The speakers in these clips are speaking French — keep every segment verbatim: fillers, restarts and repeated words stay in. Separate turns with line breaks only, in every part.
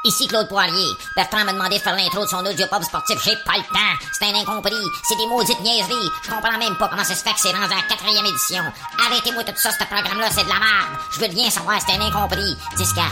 Ici Claude Poirier. Bertrand m'a demandé de faire l'intro de son audiopop sportif. J'ai pas le temps. C'est un incompris. C'est des maudites niaiseries. Je comprends même pas comment ça se fait que c'est rendu à la quatrième édition. Arrêtez-moi tout ça, ce programme-là, c'est de la merde. Je veux rien savoir, c'est un incompris. Disca.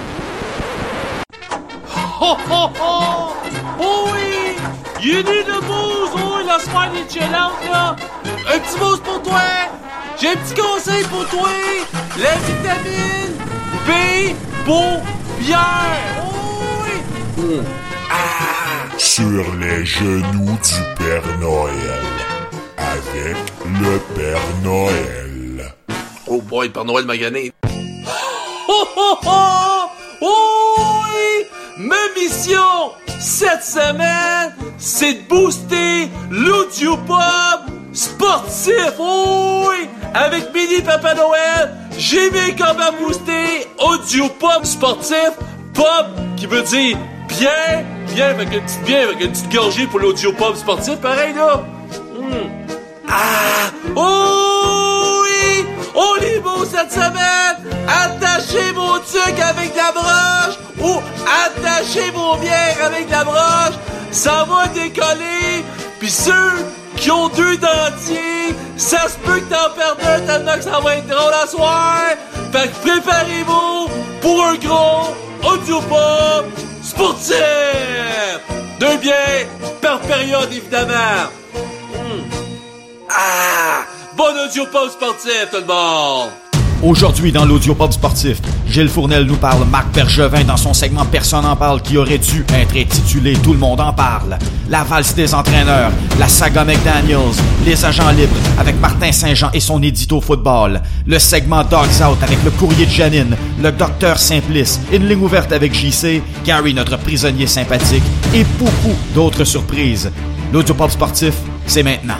Ho, ho, ho! Oh oui! You need a boost! Oh oui, la semaine est chillante, là! Un petit boost pour toi! J'ai un petit conseil pour toi! La vitamine B pour bière! Oh oui!
Mmh. Ah! Sur les genoux du Père Noël. Avec le Père Noël.
Oh boy, Père Noël m'a gagné.
Oh oh oh! Oh oui! Ma mission cette semaine, c'est de booster l'audiopop sportif. Oh oui! Avec Mini Papa Noël, j'ai mis comment booster audiopop sportif. Pop qui veut dire bien, bien avec une petite bien avec une petite gorgée pour l'audiopop sportif. Pareil là. Mm. Ah! Oh oui! On est beau cette semaine! Attachez vos trucs avec de la broche ou attachez vos bières avec de la broche, ça va décoller. Puis ceux qui ont deux dentiers, ça se peut que t'en perdes un tellement que ça va être drôle à soir. Fait que préparez-vous pour un gros audiopop sportif! Deux bières par période évidemment. Mm. Ah! Bon audiopop sportif tout le monde!
Aujourd'hui, dans l'audiopop sportif, Gilles Fournel nous parle Marc Bergevin dans son segment Personne en parle qui aurait dû être intitulé Tout le monde en parle. La valse des entraîneurs, la saga McDaniels, les agents libres avec Martin Saint-Jean et son édito football, le segment Dogs Out avec le courrier de Janine, le docteur Simplice, une ligne ouverte avec J C, Gary notre prisonnier sympathique et beaucoup d'autres surprises. L'audiopop sportif, c'est maintenant.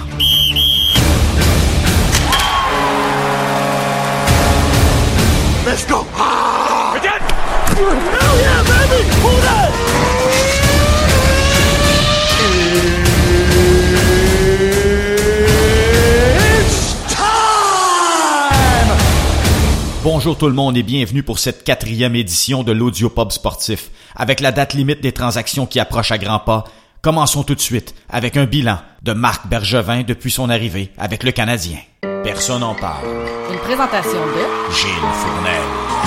Let's go! Ah!
Again! Hell yeah, baby! Hold on! It's time!
Bonjour tout le monde et bienvenue pour cette quatrième édition de l'audiopop sportif. Avec la date limite des transactions qui approche à grands pas, commençons tout de suite avec un bilan de Marc Bergevin depuis son arrivée avec le Canadien. Personne n'en parle.
Une présentation de
Gilles Fournel.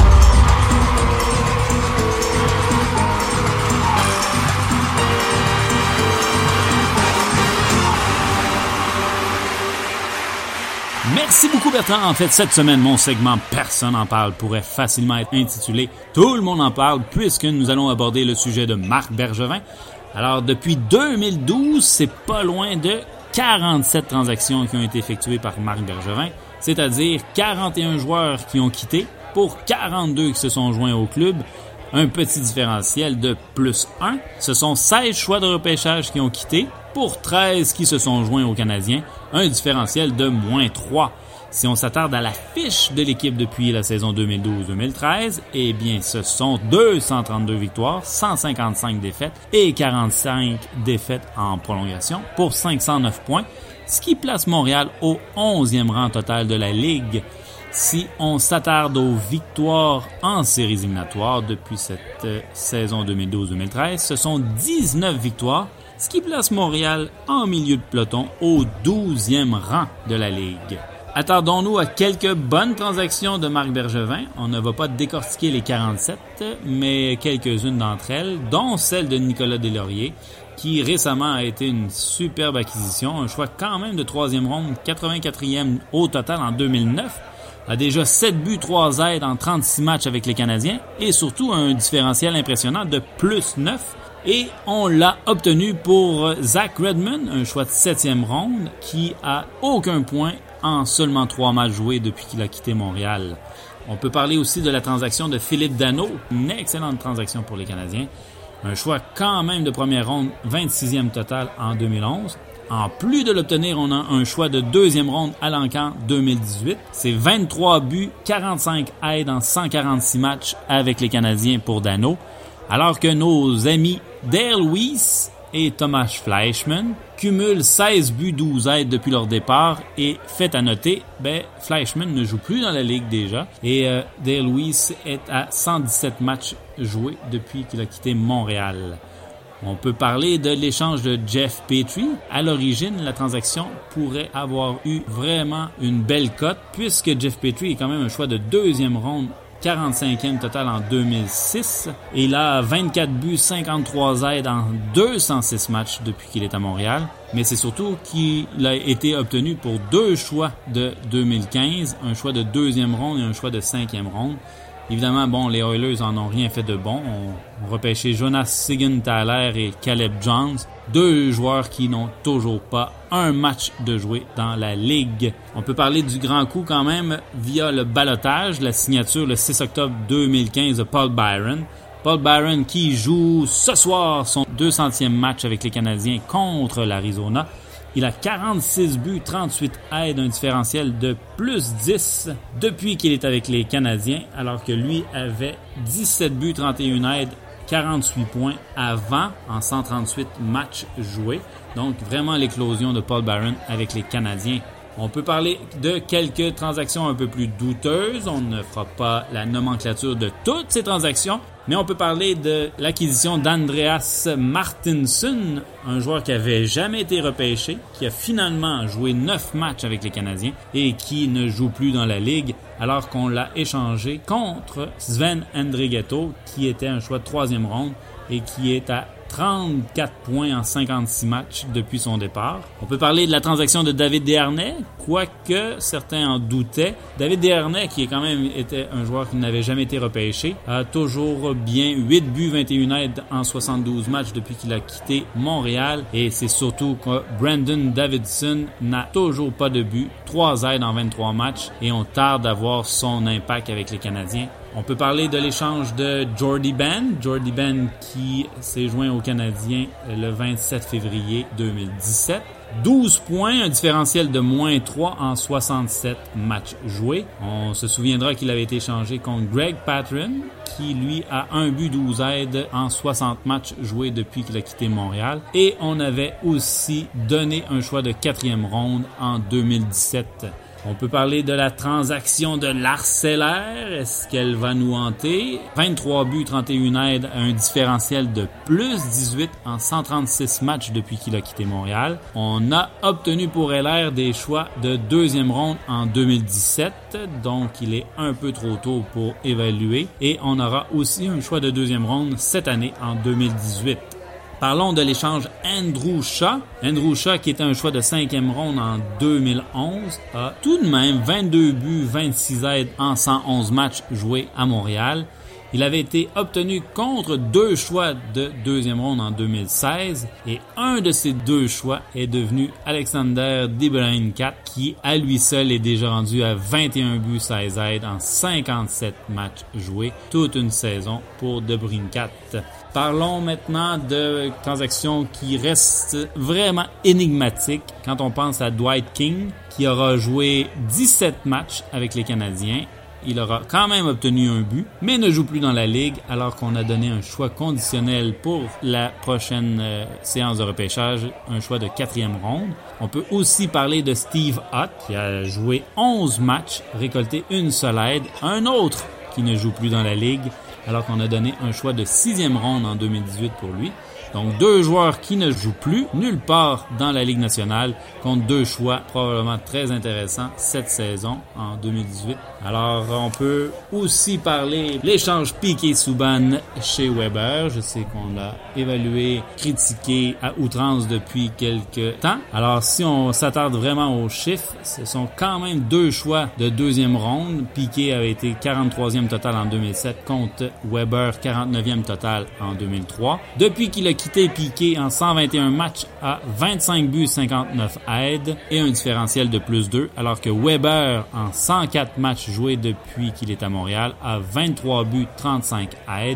Merci beaucoup Bertrand. En fait, cette semaine, mon segment Personne n'en parle pourrait facilement être intitulé Tout le monde en parle puisque nous allons aborder le sujet de Marc Bergevin. Alors, depuis deux mille douze, c'est pas loin de quarante-sept transactions qui ont été effectuées par Marc Bergevin, c'est-à-dire quarante et un joueurs qui ont quitté pour quarante-deux qui se sont joints au club. Un petit différentiel de plus un. Ce sont seize choix de repêchage qui ont quitté pour treize qui se sont joints aux Canadiens. Un différentiel de moins trois. Si on s'attarde à la fiche de l'équipe depuis la saison deux mille douze deux mille treize, eh bien ce sont deux cent trente-deux victoires, cent cinquante-cinq défaites et quarante-cinq défaites en prolongation pour cinq cent neuf points, ce qui place Montréal au onzième rang total de la Ligue. Si on s'attarde aux victoires en séries éliminatoires depuis cette euh, saison deux mille douze deux mille treize, ce sont dix-neuf victoires, ce qui place Montréal en milieu de peloton au douzième rang de la Ligue. Attardons-nous à quelques bonnes transactions de Marc Bergevin. On ne va pas décortiquer les quarante-sept, mais quelques-unes d'entre elles, dont celle de Nicolas Deslauriers, qui récemment a été une superbe acquisition, un choix quand même de troisième ronde, quatre-vingt-quatrième au total en deux mille neuf, a déjà sept buts, trois aides en trente-six matchs avec les Canadiens, et surtout un différentiel impressionnant de plus neuf. Et on l'a obtenu pour Zach Redmond, un choix de septième ronde, qui a aucun point en seulement trois matchs joués depuis qu'il a quitté Montréal. On peut parler aussi de la transaction de Philippe Danault, une excellente transaction pour les Canadiens. Un choix quand même de première ronde, vingt-sixième total en deux mille onze. En plus de l'obtenir, on a un choix de deuxième ronde à l'Encan deux mille dix-huit. C'est vingt-trois buts, quarante-cinq aides en cent quarante-six matchs avec les Canadiens pour Danault. Alors que nos amis Dale Weiss et Thomas Fleischmann cumulent seize buts, douze aides depuis leur départ et fait à noter, ben, Fleischmann ne joue plus dans la ligue déjà et euh, Dale Weiss est à cent dix-sept matchs joués depuis qu'il a quitté Montréal. On peut parler de l'échange de Jeff Petrie. À l'origine, la transaction pourrait avoir eu vraiment une belle cote puisque Jeff Petrie est quand même un choix de deuxième ronde, quarante-cinquième total en deux mille six. Et il a vingt-quatre buts, cinquante-trois aides en deux cent six matchs depuis qu'il est à Montréal. Mais c'est surtout qu'il a été obtenu pour deux choix de deux mille quinze, un choix de deuxième ronde et un choix de cinquième ronde. Évidemment, bon, les Oilers en ont rien fait de bon. On, on repêché Jonas Siegenthaler et Caleb Jones, deux joueurs qui n'ont toujours pas un match de jouer dans la Ligue. On peut parler du grand coup quand même via le ballottage, la signature le six octobre deux mille quinze de Paul Byron. Paul Byron qui joue ce soir son deux centième match avec les Canadiens contre l'Arizona. Il a quarante-six buts, trente-huit aides, un différentiel de plus dix depuis qu'il est avec les Canadiens, alors que lui avait dix-sept buts, trente et un aides, quarante-huit points avant en cent trente-huit matchs joués. Donc vraiment l'éclosion de Paul Byron avec les Canadiens. On peut parler de quelques transactions un peu plus douteuses. On ne fera pas la nomenclature de toutes ces transactions, mais on peut parler de l'acquisition d'Andreas Martinsson, un joueur qui avait jamais été repêché, qui a finalement joué neuf matchs avec les Canadiens et qui ne joue plus dans la Ligue, alors qu'on l'a échangé contre Sven Andrighetto, qui était un choix de troisième ronde et qui est à trente-quatre points en cinquante-six matchs depuis son départ. On peut parler de la transaction de David Desharnais, quoique certains en doutaient. David Desharnais, qui est quand même était un joueur qui n'avait jamais été repêché, a toujours bien huit buts, vingt et un aides en soixante-douze matchs depuis qu'il a quitté Montréal. Et c'est surtout que Brandon Davidson n'a toujours pas de but, trois aides en vingt-trois matchs, et on tarde à voir son impact avec les Canadiens. On peut parler de l'échange de Jordie Benn. Jordie Benn qui s'est joint aux Canadiens le vingt-sept février deux mille dix-sept. douze points, un différentiel de moins trois en soixante-sept matchs joués. On se souviendra qu'il avait été échangé contre Greg Patron, qui lui a un but, douze aides en soixante matchs joués depuis qu'il a quitté Montréal. Et on avait aussi donné un choix de quatrième ronde en deux mille dix-sept. On peut parler de la transaction de Lars Eller. Est-ce qu'elle va nous hanter? vingt-trois buts, trente et un aides, un différentiel de plus dix-huit en cent trente-six matchs depuis qu'il a quitté Montréal. On a obtenu pour Eller des choix de deuxième ronde en deux mille dix-sept, donc il est un peu trop tôt pour évaluer. Et on aura aussi un choix de deuxième ronde cette année en deux mille dix-huit. Parlons de l'échange Andrew Shaw. Andrew Shaw, qui était un choix de cinquième ronde en deux mille onze, a tout de même vingt-deux buts, vingt-six aides en cent onze matchs joués à Montréal. Il avait été obtenu contre deux choix de deuxième ronde en deux mille seize et un de ces deux choix est devenu Alexander DeBrincat, qui à lui seul est déjà rendu à vingt et un buts, seize aides en cinquante-sept matchs joués, toute une saison pour DeBrincat. Parlons maintenant de transactions qui restent vraiment énigmatiques quand on pense à Dwight King, qui aura joué dix-sept matchs avec les Canadiens. Il aura quand même obtenu un but, mais ne joue plus dans la Ligue alors qu'on a donné un choix conditionnel pour la prochaine euh, séance de repêchage, un choix de quatrième ronde. On peut aussi parler de Steve Ott, qui a joué onze matchs, récolté une seule aide, un autre qui ne joue plus dans la Ligue, alors qu'on a donné un choix de sixième ronde en deux mille dix-huit pour lui. Donc deux joueurs qui ne jouent plus nulle part dans la Ligue nationale contre deux choix probablement très intéressants cette saison en deux mille dix-huit. Alors on peut aussi parler de l'échange Piquet-Subban chez Weber. Je sais qu'on l'a évalué, critiqué à outrance depuis quelques temps. Alors si on s'attarde vraiment aux chiffres, ce sont quand même deux choix de deuxième ronde. Piquet avait été quarante-troisième total en deux mille sept contre Weber quarante-neuvième total en deux mille trois. Depuis qu'il a quitté Piquet en cent vingt et un matchs à vingt-cinq buts, cinquante-neuf aides et un différentiel de plus deux, alors que Weber en cent quatre matchs joués depuis qu'il est à Montréal a vingt-trois buts, trente-cinq aides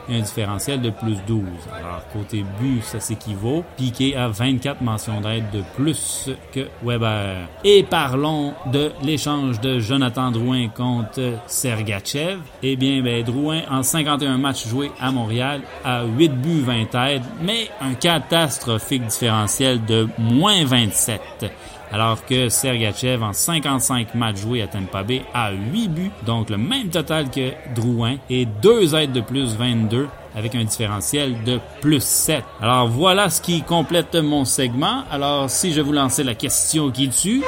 et un différentiel de plus douze. Alors, côté but, ça s'équivaut. Piquet a vingt-quatre mentions d'aide de plus que Weber. Et parlons de l'échange de Jonathan Drouin contre Sergachev. Eh bien, ben, Drouin, en cinquante et un matchs joués à Montréal, a huit buts, vingt aides, mais un catastrophique différentiel de moins vingt-sept. Alors que Sergachev, en cinquante-cinq matchs joués à Tampa Bay, a huit buts, donc le même total que Drouin, et deux aides de plus vingt-deux, avec un différentiel de plus sept. Alors voilà ce qui complète mon segment. Alors si je vous lançais la question qui tue...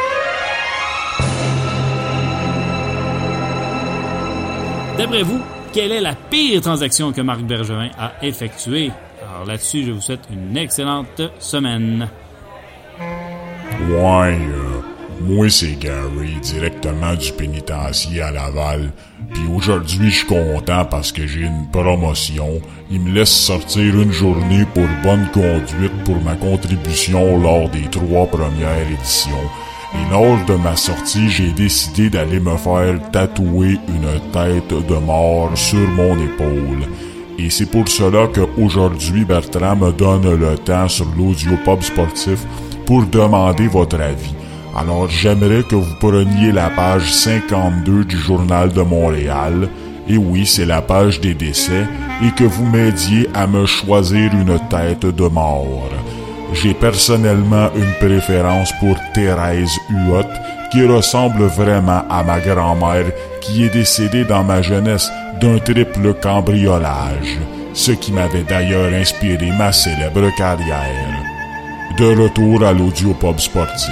D'après vous, quelle est la pire transaction que Marc Bergevin a effectuée? Alors là-dessus, je vous souhaite une excellente semaine.
Ouais, euh, moi c'est Gary, directement du pénitencier à Laval. Puis aujourd'hui, je suis content parce que j'ai une promotion. Il me laisse sortir une journée pour bonne conduite pour ma contribution lors des trois premières éditions. Et lors de ma sortie, j'ai décidé d'aller me faire tatouer une tête de mort sur mon épaule. Et c'est pour cela qu'aujourd'hui, Bertrand me donne le temps sur l'Audiopub sportif pour demander votre avis. Alors, j'aimerais que vous preniez la page cinquante-deux du Journal de Montréal, et oui, c'est la page des décès, et que vous m'aidiez à me choisir une tête de mort. J'ai personnellement une préférence pour Thérèse Huot, qui ressemble vraiment à ma grand-mère, qui est décédée dans ma jeunesse d'un triple cambriolage, ce qui m'avait d'ailleurs inspiré ma célèbre carrière. De retour à l'Audiopub sportif.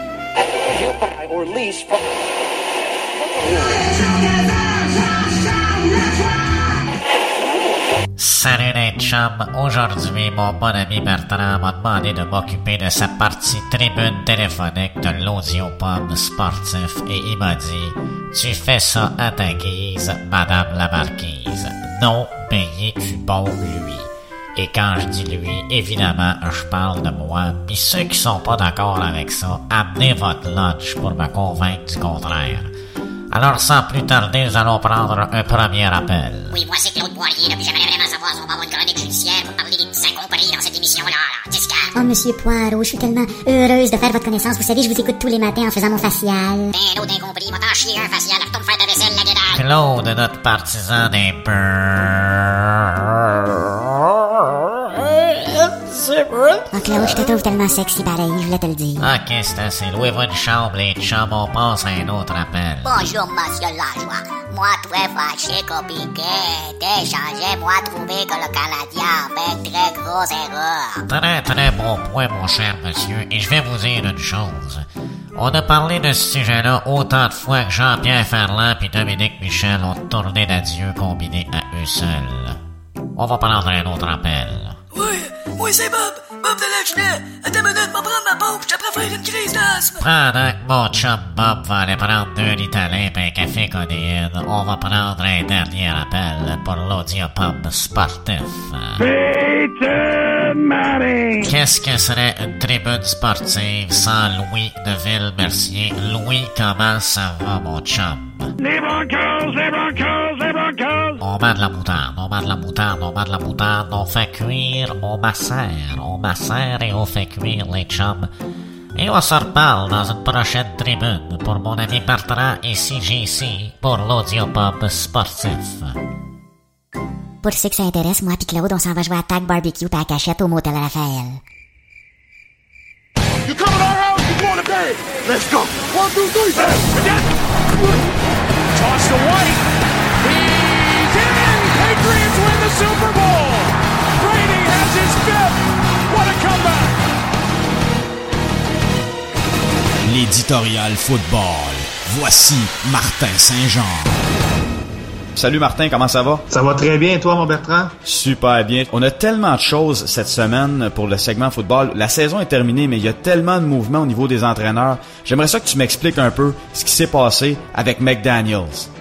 Salut les chums, aujourd'hui mon bon ami Bertrand m'a demandé de m'occuper de sa partie tribune téléphonique de l'Audiopub sportif et il m'a dit « Tu fais ça à ta guise, Madame la Marquise. Non, payez-tu bon lui. » Et quand je dis lui, évidemment, je parle de moi, pis ceux qui sont pas d'accord avec ça, amenez votre lunch pour me convaincre du contraire. Alors, sans plus tarder, nous allons prendre un premier appel.
Oui, moi c'est Claude Poirier, là, puis j'aimerais vraiment savoir si on va avoir une chronique judiciaire pour parler des petits incompris dans cette émission-là, là. Jessica.
Oh, Monsieur Poirot, je suis tellement heureuse de faire votre connaissance. Vous savez, je vous écoute tous les matins en faisant mon facial.
Ben, l'autre incompris, m'a t'en chier un facial, retourne faire ta vaisselle, la gueule.
Claude, notre partisan des
Oh, Claude, je te trouve tellement sexy pareil, je voulais te le dire.
Ok, c'est assez. Louez-vous une chambre, les chums, on passe à un autre appel.
Bonjour, monsieur Lajoie. Moi, très fâché qu'au piquet, d'échanger, moi, trouvé que le Canadien a fait très grosse erreur.
Très, très bon point, mon cher monsieur, et je vais vous dire une chose. On a parlé de ce sujet-là autant de fois que Jean-Pierre Ferland et Dominique Michel ont tourné d'adieu combinés à eux seuls. On va prendre un autre appel.
Oui, oui, c'est Bob. Bob de Lachenet. Attends une minute, va prendre ma pompe, je te faire une crise d'asthme.
Pendant que mon chum Bob va aller prendre deux Ritalin et un café codéine, on va prendre un dernier appel pour l'Audiopub sportif. Qu'est-ce que serait une tribune sportive sans Louis de Ville-Mercier? Louis, comment ça va, mon chum?
Les Broncos, les Broncos, les Broncos!
On met de la moutarde, on met de la moutarde, on met de la moutarde, on fait cuire, on macère, on macère et on fait cuire les chums. Et on se reparle dans une prochaine tribune pour mon ami Bertrand et C J C pour l'Audiopub sportif.
Pour ceux que ça intéresse, moi pis Claude, on s'en va jouer à Tag Barbecue pis à Cachette au Motel Raphaël.
You coming to our house? You going to bed? Let's go. One, two, three.
Toss to White. He's in! Patriots win the Super Bowl! Brady has his fifth! What a comeback!
L'éditorial football. Voici Martin Saint-Jean. Salut Martin, comment ça va?
Ça va très bien, toi mon Bertrand?
Super bien. On a tellement de choses cette semaine pour le segment football. La saison est terminée, mais il y a tellement de mouvements au niveau des entraîneurs. J'aimerais ça que tu m'expliques un peu ce qui s'est passé avec McDaniels.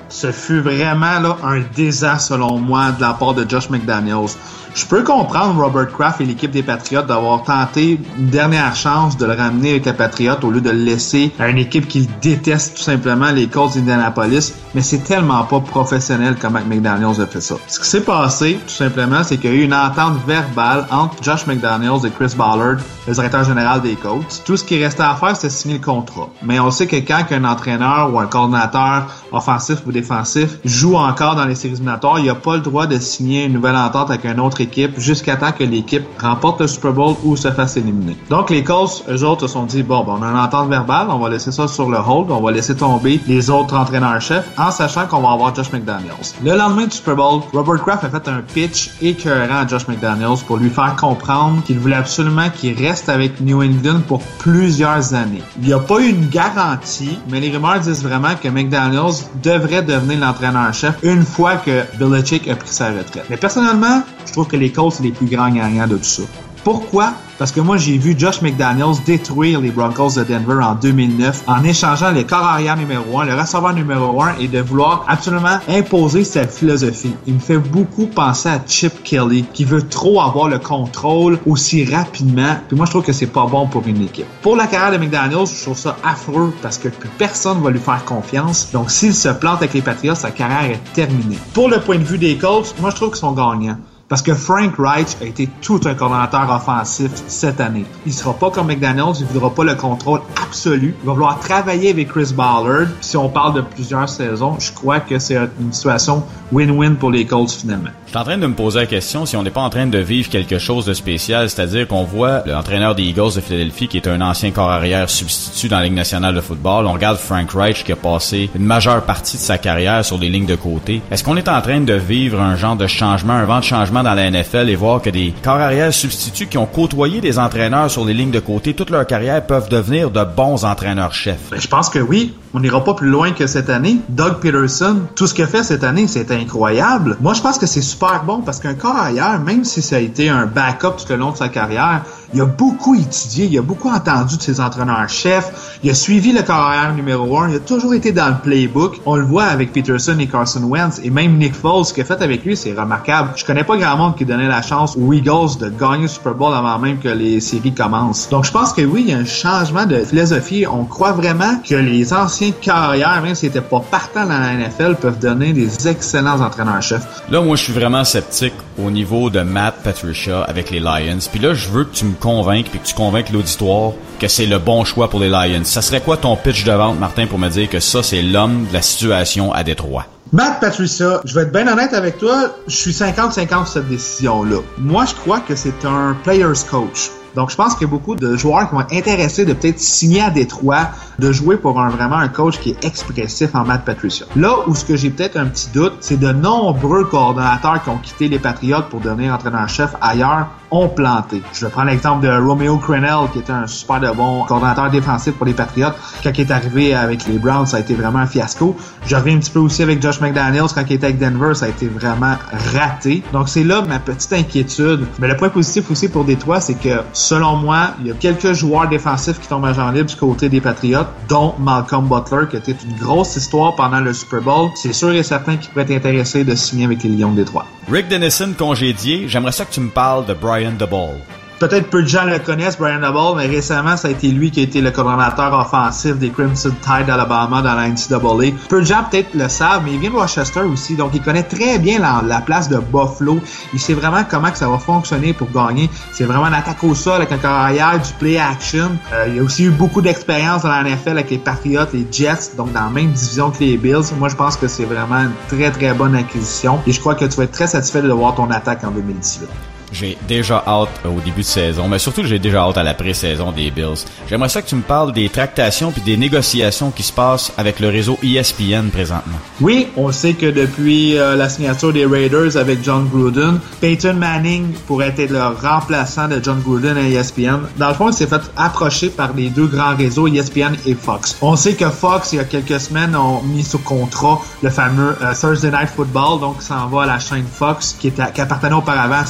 ce fut vraiment là un désastre selon moi de la part de Josh McDaniels. Je peux comprendre Robert Kraft et l'équipe des Patriots d'avoir tenté une dernière chance de le ramener avec les Patriots au lieu de le laisser à une équipe qu'il déteste tout simplement, les Colts d'Indianapolis, mais c'est tellement pas professionnel comme McDaniels a fait ça. Ce qui s'est passé, tout simplement, c'est qu'il y a eu une entente verbale entre Josh McDaniels et Chris Ballard, le directeur général des Colts. Tout ce qui restait à faire, c'est signer le contrat. Mais on sait que quand un entraîneur ou un coordinateur offensif ou défensif joue encore dans les séries éliminatoires, il n'a pas le droit de signer une nouvelle entente avec une autre équipe jusqu'à temps que l'équipe remporte le Super Bowl ou se fasse éliminer. Donc les Colts, eux autres, se sont dit, bon, ben, on a une entente verbale, on va laisser ça sur le hold, on va laisser tomber les autres entraîneurs-chefs en sachant qu'on va avoir Josh McDaniels. Le lendemain du Super Bowl, Robert Kraft a fait un pitch écœurant à Josh McDaniels pour lui faire comprendre qu'il voulait absolument qu'il reste avec New England pour plusieurs années. Il n'y a pas eu une garantie, mais les rumeurs disent vraiment que McDaniels devrait devenir l'entraîneur-chef une fois que Belichick a pris sa retraite. Mais personnellement, je trouve que les Colts sont les plus grands gagnants de tout ça. Pourquoi? Parce que moi, j'ai vu Josh McDaniels détruire les Broncos de Denver en deux mille neuf en échangeant le corps arrière numéro un, le receveur numéro un et de vouloir absolument imposer sa philosophie. Il me fait beaucoup penser à Chip Kelly qui veut trop avoir le contrôle aussi rapidement. Puis moi, je trouve que c'est pas bon pour une équipe. Pour la carrière de McDaniels, je trouve ça affreux parce que plus personne va lui faire confiance. Donc, s'il se plante avec les Patriots, sa carrière est terminée. Pour le point de vue des Colts, moi, je trouve qu'ils sont gagnants. Parce que Frank Reich a été tout un coordonnateur offensif cette année. Il sera pas comme McDaniels, il voudra pas le contrôle absolu. Il va vouloir travailler avec Chris Ballard. Si on parle de plusieurs saisons, je crois que c'est une situation win-win pour les Colts finalement.
Je suis en train de me poser la question si on n'est pas en train de vivre quelque chose de spécial, c'est-à-dire qu'on voit l'entraîneur des Eagles de Philadelphie qui est un ancien corps arrière substitut dans la Ligue nationale de football. On regarde Frank Reich qui a passé une majeure partie de sa carrière sur les lignes de côté. Est-ce qu'on est en train de vivre un genre de changement, un vent de changement dans la N F L et voir que des corps arrière substituts qui ont côtoyé des entraîneurs sur les lignes de côté toute leur carrière peuvent devenir de bons entraîneurs-chefs?
Ben, je pense que oui. On n'ira pas plus loin que cette année. Doug Peterson, tout ce qu'il a fait cette année, c'est incroyable. Moi, je pense que c'est super bon parce qu'un corps arrière, même si ça a été un backup tout le long de sa carrière, il a beaucoup étudié, il a beaucoup entendu de ses entraîneurs-chefs, il a suivi le corps arrière numéro un, il a toujours été dans le playbook. On le voit avec Peterson et Carson Wentz et même Nick Foles, ce qu'il a fait avec lui, c'est remarquable. Je connais pas grand monde qui donnait la chance aux Eagles de gagner le Super Bowl avant même que les séries commencent. Donc, je pense que oui, il y a un changement de philosophie. On croit vraiment que les anciens carrières, même s'ils n'étaient pas partants dans la N F L, peuvent donner des excellents entraîneurs-chefs.
Là, moi, je suis vraiment sceptique au niveau de Matt Patricia avec les Lions. Puis là, je veux que tu me convainques puis que tu convainques l'auditoire que c'est le bon choix pour les Lions. Ça serait quoi ton pitch de vente, Martin, pour me dire que ça, c'est l'homme de la situation à Détroit?
Matt Patricia, je vais être bien honnête avec toi, je suis cinquante cinquante sur cette décision-là. Moi, je crois que c'est un player's coach. Donc, je pense qu'il y a beaucoup de joueurs qui vont être intéressés de peut-être signer à Détroit, de jouer pour un vraiment un coach qui est expressif en Matt Patricia. Là où ce que j'ai peut-être un petit doute, c'est de nombreux coordonnateurs qui ont quitté les Patriots pour devenir entraîneur-chef ailleurs ont planté. Je vais prendre l'exemple de Romeo Crennel, qui était un super de bon coordonnateur défensif pour les Patriots. Quand il est arrivé avec les Browns, ça a été vraiment un fiasco. Je reviens un petit peu aussi avec Josh McDaniels. Quand il était avec Denver, ça a été vraiment raté. Donc, c'est là ma petite inquiétude. Mais le point positif aussi pour Détroit, c'est que selon moi, il y a quelques joueurs défensifs qui tombent à genre libre du côté des Patriots, dont Malcolm Butler, qui était une grosse histoire pendant le Super Bowl. C'est sûr et certain qu'il pourrait être intéressé de signer avec les Lions de Détroit.
Rick Dennison congédié, j'aimerais ça que tu me parles de Brian Daboll.
Peut-être peu de gens le connaissent, Brian Daboll, mais récemment, ça a été lui qui a été le coordonnateur offensif des Crimson Tide d'Alabama dans la N C double A. Peu de gens peut-être le savent, mais il vient de Rochester aussi, donc il connaît très bien la, la place de Buffalo. Il sait vraiment comment que ça va fonctionner pour gagner. C'est vraiment une attaque au sol avec un carrière, du play action. Euh, il a aussi eu beaucoup d'expérience dans la N F L avec les Patriots, les Jets, donc dans la même division que les Bills. Moi, je pense que c'est vraiment une très très bonne acquisition et je crois que tu vas être très satisfait de voir ton attaque en deux mille dix-huit.
J'ai déjà hâte au début de saison, mais surtout j'ai déjà hâte à la pré-saison des Bills. J'aimerais ça que tu me parles des tractations puis des négociations qui se passent avec le réseau E S P N présentement.
Oui, on sait que depuis euh, la signature des Raiders avec John Gruden, Peyton Manning pourrait être le remplaçant de John Gruden à E S P N. Dans le fond, il s'est fait approcher par les deux grands réseaux, E S P N et Fox. On sait que Fox, il y a quelques semaines, ont mis sous contrat le fameux euh, Thursday Night Football, donc ça en va à la chaîne Fox qui, était, qui appartenait auparavant à C B S et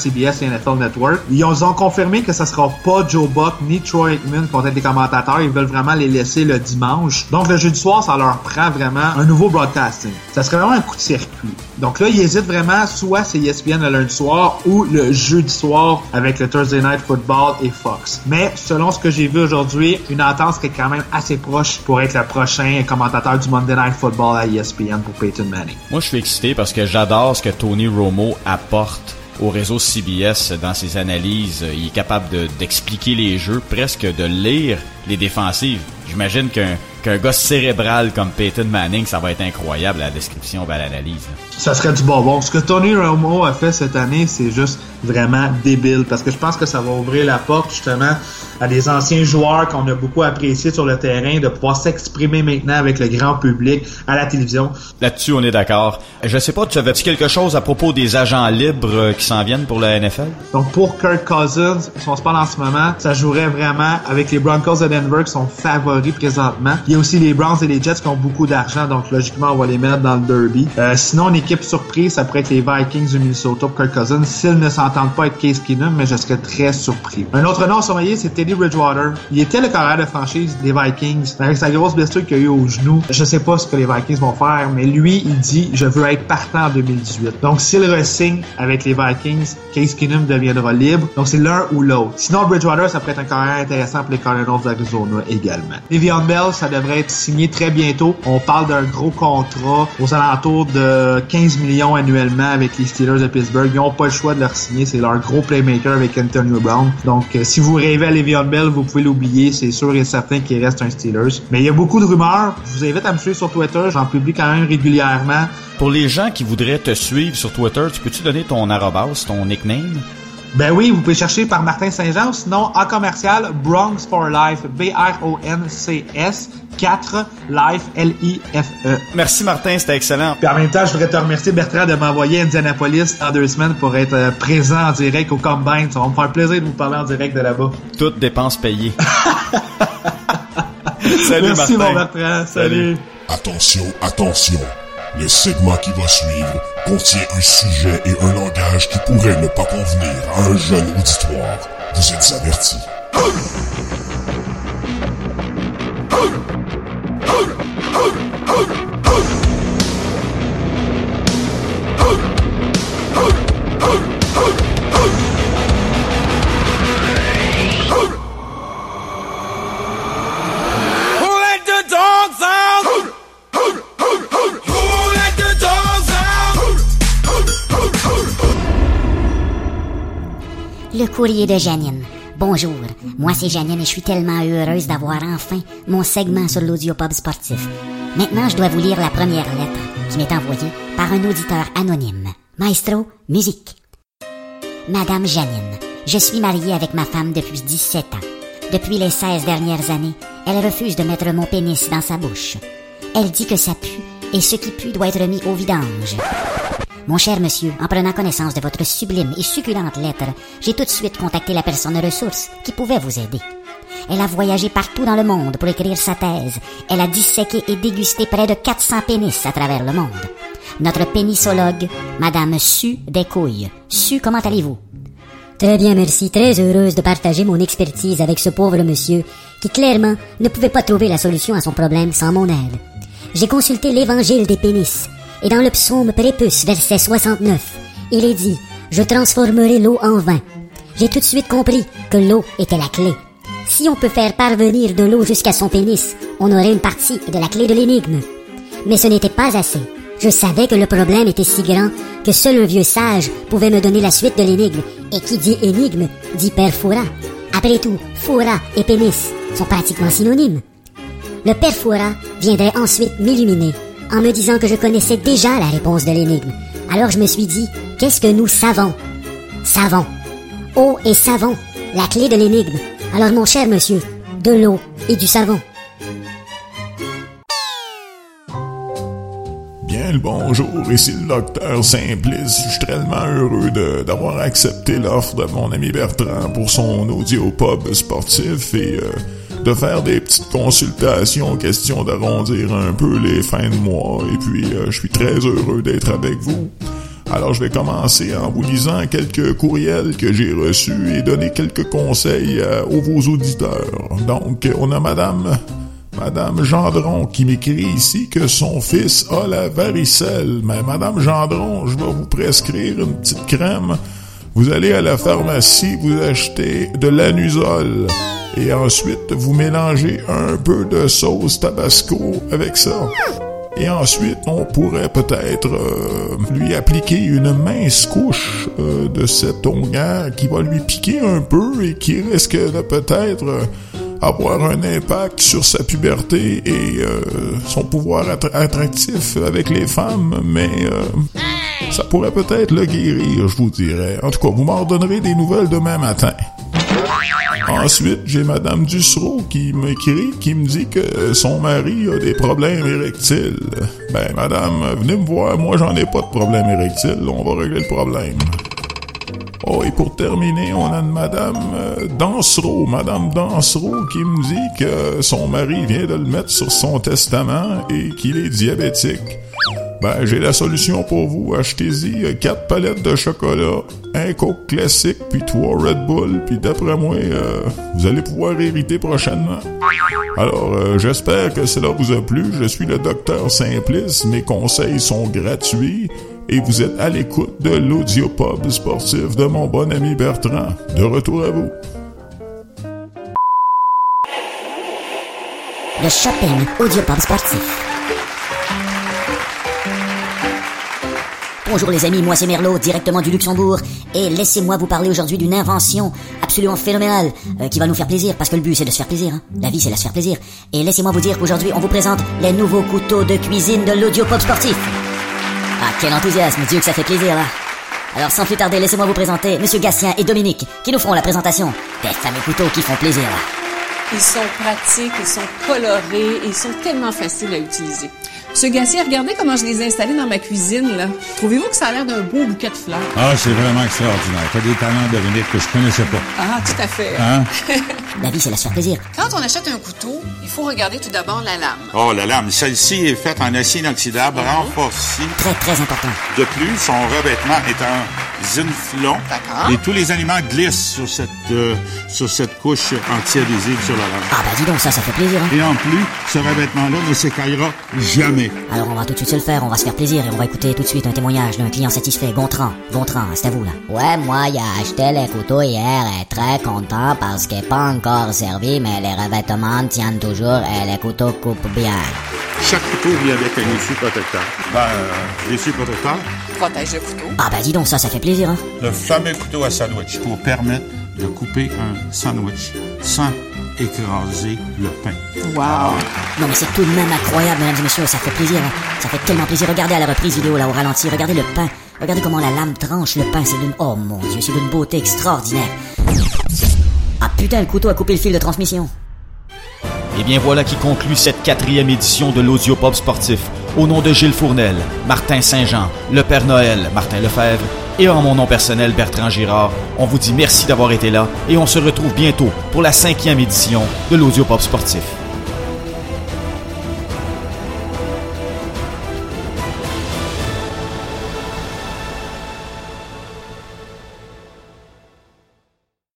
N F L Network. Ils ont, ils ont confirmé que ça sera pas Joe Buck ni Troy Aikman qui vont être les commentateurs. Ils veulent vraiment les laisser le dimanche. Donc, le jeudi soir, ça leur prend vraiment un nouveau broadcasting. Ça serait vraiment un coup de circuit. Donc là, ils hésitent vraiment, soit c'est E S P N le lundi soir ou le jeudi soir avec le Thursday Night Football et Fox. Mais selon ce que j'ai vu aujourd'hui, une entente serait quand même assez proche pour être le prochain commentateur du Monday Night Football à E S P N pour Peyton Manning.
Moi, je suis excité parce que j'adore ce que Tony Romo apporte au réseau C B S dans ses analyses. Il est capable de, d'expliquer les jeux, presque de lire les défensives. J'imagine qu'un, qu'un gars cérébral comme Peyton Manning, ça va être incroyable, la description et l'analyse.
Ça serait du bonbon. Ce que Tony Romo a fait cette année, c'est juste vraiment débile parce que je pense que ça va ouvrir la porte justement à des anciens joueurs qu'on a beaucoup appréciés sur le terrain de pouvoir s'exprimer maintenant avec le grand public à la télévision.
Là-dessus, on est d'accord. Je sais pas, tu avais-tu quelque chose à propos des agents libres qui s'en viennent pour la N F L?
Donc pour Kirk Cousins, si on se parle en ce moment, ça jouerait vraiment avec les Broncos de Denver qui sont favoris présentement. Il y a aussi les Browns et les Jets qui ont beaucoup d'argent, donc logiquement on va les mettre dans le derby. Euh, sinon, une équipe surprise, ça pourrait être les Vikings du Minnesota pour Kirk Cousins, s'ils ne s'entendent pas avec Case Keenum, mais je serais très surpris. Un autre nom à surveiller, c'est Teddy Bridgewater. Il était le carrière de franchise des Vikings, mais avec sa grosse blessure qu'il a eu au genou, je sais pas ce que les Vikings vont faire, mais lui, il dit « Je veux être partant en deux mille dix-huit ». Donc, s'il re-signe avec les Vikings, Case Keenum deviendra libre. Donc, c'est l'un ou l'autre. Sinon, Bridgewater, ça pourrait être un carrière intéressant pour les Cardinals d'Arizona également. Le'Veon Bell, ça devrait être signé très bientôt. On parle d'un gros contrat aux alentours de quinze millions annuellement avec les Steelers de Pittsburgh. Ils n'ont pas le choix de leur signer. C'est leur gros playmaker avec Antonio Brown. Donc, euh, si vous rêvez à Le'Veon Bell, vous pouvez l'oublier. C'est sûr et certain qu'il reste un Steelers. Mais il y a beaucoup de rumeurs. Je vous invite à me suivre sur Twitter. J'en publie quand même régulièrement.
Pour les gens qui voudraient te suivre sur Twitter, tu peux-tu donner ton arrobas, ton nickname?
Ben oui, vous pouvez chercher par Martin Saint-Jean ou sinon en commercial Bronx for Life, B R O N C S quatre Life, L I F E.
Merci Martin, c'était excellent.
Puis en même temps, je voudrais te remercier Bertrand de m'envoyer à Indianapolis dans deux semaines pour être euh, présent en direct au Combine. Ça va me faire plaisir de vous parler en direct de là-bas.
Toutes dépenses payées. Salut
Merci
Martin.
mon Bertrand, salut. salut.
Attention, attention. Le segment qui va suivre contient un sujet et un langage qui pourrait ne pas convenir à un jeune auditoire. Vous êtes avertis.
Le courrier de Janine. Bonjour, moi c'est Janine et je suis tellement heureuse d'avoir enfin mon segment sur l'audiopub sportif. Maintenant, je dois vous lire la première lettre qui m'est envoyée par un auditeur anonyme. Maestro, musique. Madame Janine, je suis mariée avec ma femme depuis dix-sept ans. Depuis les seize dernières années, elle refuse de mettre mon pénis dans sa bouche. Elle dit que ça pue et ce qui pue doit être mis au vidange. Mon cher monsieur, en prenant connaissance de votre sublime et succulente lettre, j'ai tout de suite contacté la personne ressource qui pouvait vous aider. Elle a voyagé partout dans le monde pour écrire sa thèse. Elle a disséqué et dégusté près de quatre cents pénis à travers le monde. Notre pénisologue, Madame Su des couilles. Su, comment allez-vous?
Très bien, merci. Très heureuse de partager mon expertise avec ce pauvre monsieur qui, clairement, ne pouvait pas trouver la solution à son problème sans mon aide. J'ai consulté l'évangile des pénis. Et dans le psaume Prépuce, verset soixante-neuf, il est dit « Je transformerai l'eau en vin ». J'ai tout de suite compris que l'eau était la clé. Si on peut faire parvenir de l'eau jusqu'à son pénis, on aurait une partie de la clé de l'énigme. Mais ce n'était pas assez. Je savais que le problème était si grand que seul un vieux sage pouvait me donner la suite de l'énigme. Et qui dit énigme, dit père Fouras. Après tout, Fouras et pénis sont pratiquement synonymes. Le père Fouras viendrait ensuite m'illuminer en me disant que je connaissais déjà la réponse de l'énigme. Alors je me suis dit, qu'est-ce que nous savons? Savon. Eau et savon, la clé de l'énigme. Alors mon cher monsieur, de l'eau et du savon.
Bien le bonjour, ici le docteur Simplice. Je suis tellement heureux de, d'avoir accepté l'offre de mon ami Bertrand pour son audiopub sportif et... Euh, de faire des petites consultations, question d'arrondir un peu les fins de mois, et puis euh, je suis très heureux d'être avec vous. Alors, je vais commencer en vous lisant quelques courriels que j'ai reçus et donner quelques conseils euh, aux vos auditeurs. Donc, on a Madame... Madame Gendron qui m'écrit ici que son fils a la varicelle. Mais Madame Gendron, je vais vous prescrire une petite crème. Vous allez à la pharmacie, vous achetez de l'anusol. Et ensuite, vous mélangez un peu de sauce tabasco avec ça. Et ensuite, on pourrait peut-être euh, lui appliquer une mince couche euh, de cet onguent qui va lui piquer un peu et qui risque de peut-être... Euh, avoir un impact sur sa puberté et euh, son pouvoir attra- attractif avec les femmes, mais euh, ça pourrait peut-être le guérir, je vous dirais. En tout cas, vous m'en donnerez des nouvelles demain matin. Ensuite, j'ai Madame Dussereau qui m'écrit, qui me dit que son mari a des problèmes érectiles. Ben, Madame, venez me voir, moi j'en ai pas de problème érectile, on va régler le problème. Oh, et pour terminer, on a une Madame euh, Dansereau, Madame Dansereau qui me dit que son mari vient de le mettre sur son testament et qu'il est diabétique. Ben, j'ai la solution pour vous. Achetez-y euh, quatre palettes de chocolat, un Coke classique, puis trois Red Bull, puis d'après moi, euh, vous allez pouvoir hériter prochainement. Alors, euh, j'espère que cela vous a plu. Je suis le docteur Simplice. Mes conseils sont gratuits. Et vous êtes à l'écoute de l'Audiopub sportif de mon bon ami Bertrand. De retour à vous.
Le shopping Audiopub sportif.
Bonjour les amis, moi c'est Merlot, directement du Luxembourg, et laissez-moi vous parler aujourd'hui d'une invention absolument phénoménale euh, qui va nous faire plaisir, parce que le but c'est de se faire plaisir, hein. La vie c'est de se faire plaisir. Et laissez-moi vous dire qu'aujourd'hui on vous présente les nouveaux couteaux de cuisine de l'Audiopub sportif. Ah, quel enthousiasme, Dieu que ça fait plaisir là. Alors sans plus tarder, laissez-moi vous présenter Monsieur Gatien et Dominique, qui nous feront la présentation des fameux couteaux qui font plaisir là.
Ils sont pratiques, ils sont colorés et ils sont tellement faciles à utiliser. Monsieur Gatien, regardez comment je les ai installés dans ma cuisine, là. Trouvez-vous que ça a l'air d'un beau bouquet de fleurs?
Ah, c'est vraiment extraordinaire. T'as des talents, Dominique, que je connaissais pas.
Ah, tout à fait.
Hein?
La vie, c'est de se faire plaisir.
Quand on achète un couteau, il faut regarder tout d'abord la lame.
Oh, la lame. Celle-ci est faite en acier inoxydable, mm-hmm. renforcé.
Très, très important.
De plus, son revêtement est en zinflon.
D'accord.
Et tous les aliments glissent sur cette, euh, sur cette couche anti-adhésive sur la lame.
Ah, bah dis donc, ça, ça fait plaisir, hein.
Et en plus, ce revêtement-là ne s'écaillera jamais.
Alors, on va tout de suite se le faire, on va se faire plaisir et on va écouter tout de suite un témoignage d'un client satisfait. Gontran, Gontran, c'est à vous, là.
Ouais, moi, il a acheté les couteaux hier et très content parce qu'il n'est pas encore servi, mais les revêtements tiennent toujours et les couteaux coupent bien.
Chaque couteau vient avec un essuie protecteur. Ben, euh, l'essuie protecteur
protège le couteau.
Ah, bah dis donc, ça, ça fait plaisir, hein.
Le fameux couteau à sandwich pour permettre de couper un sandwich sans écraser le pain.
Wow!
Non mais c'est tout de même incroyable, mesdames et messieurs, ça fait plaisir, hein. Ça fait tellement plaisir. Regardez à la reprise vidéo, là, au ralenti, regardez le pain. Regardez comment la lame tranche le pain, c'est d'une... Oh mon Dieu, c'est d'une beauté extraordinaire. Ah putain, le couteau a coupé le fil de transmission.
Et bien voilà qui conclut cette quatrième édition de l'Audiopub sportif. Au nom de Gilles Fournel, Martin Saint-Jean, le Père Noël, Martin Lefebvre, et en mon nom personnel, Bertrand Girard, on vous dit merci d'avoir été là et on se retrouve bientôt pour la cinquième édition de l'Audiopub sportif.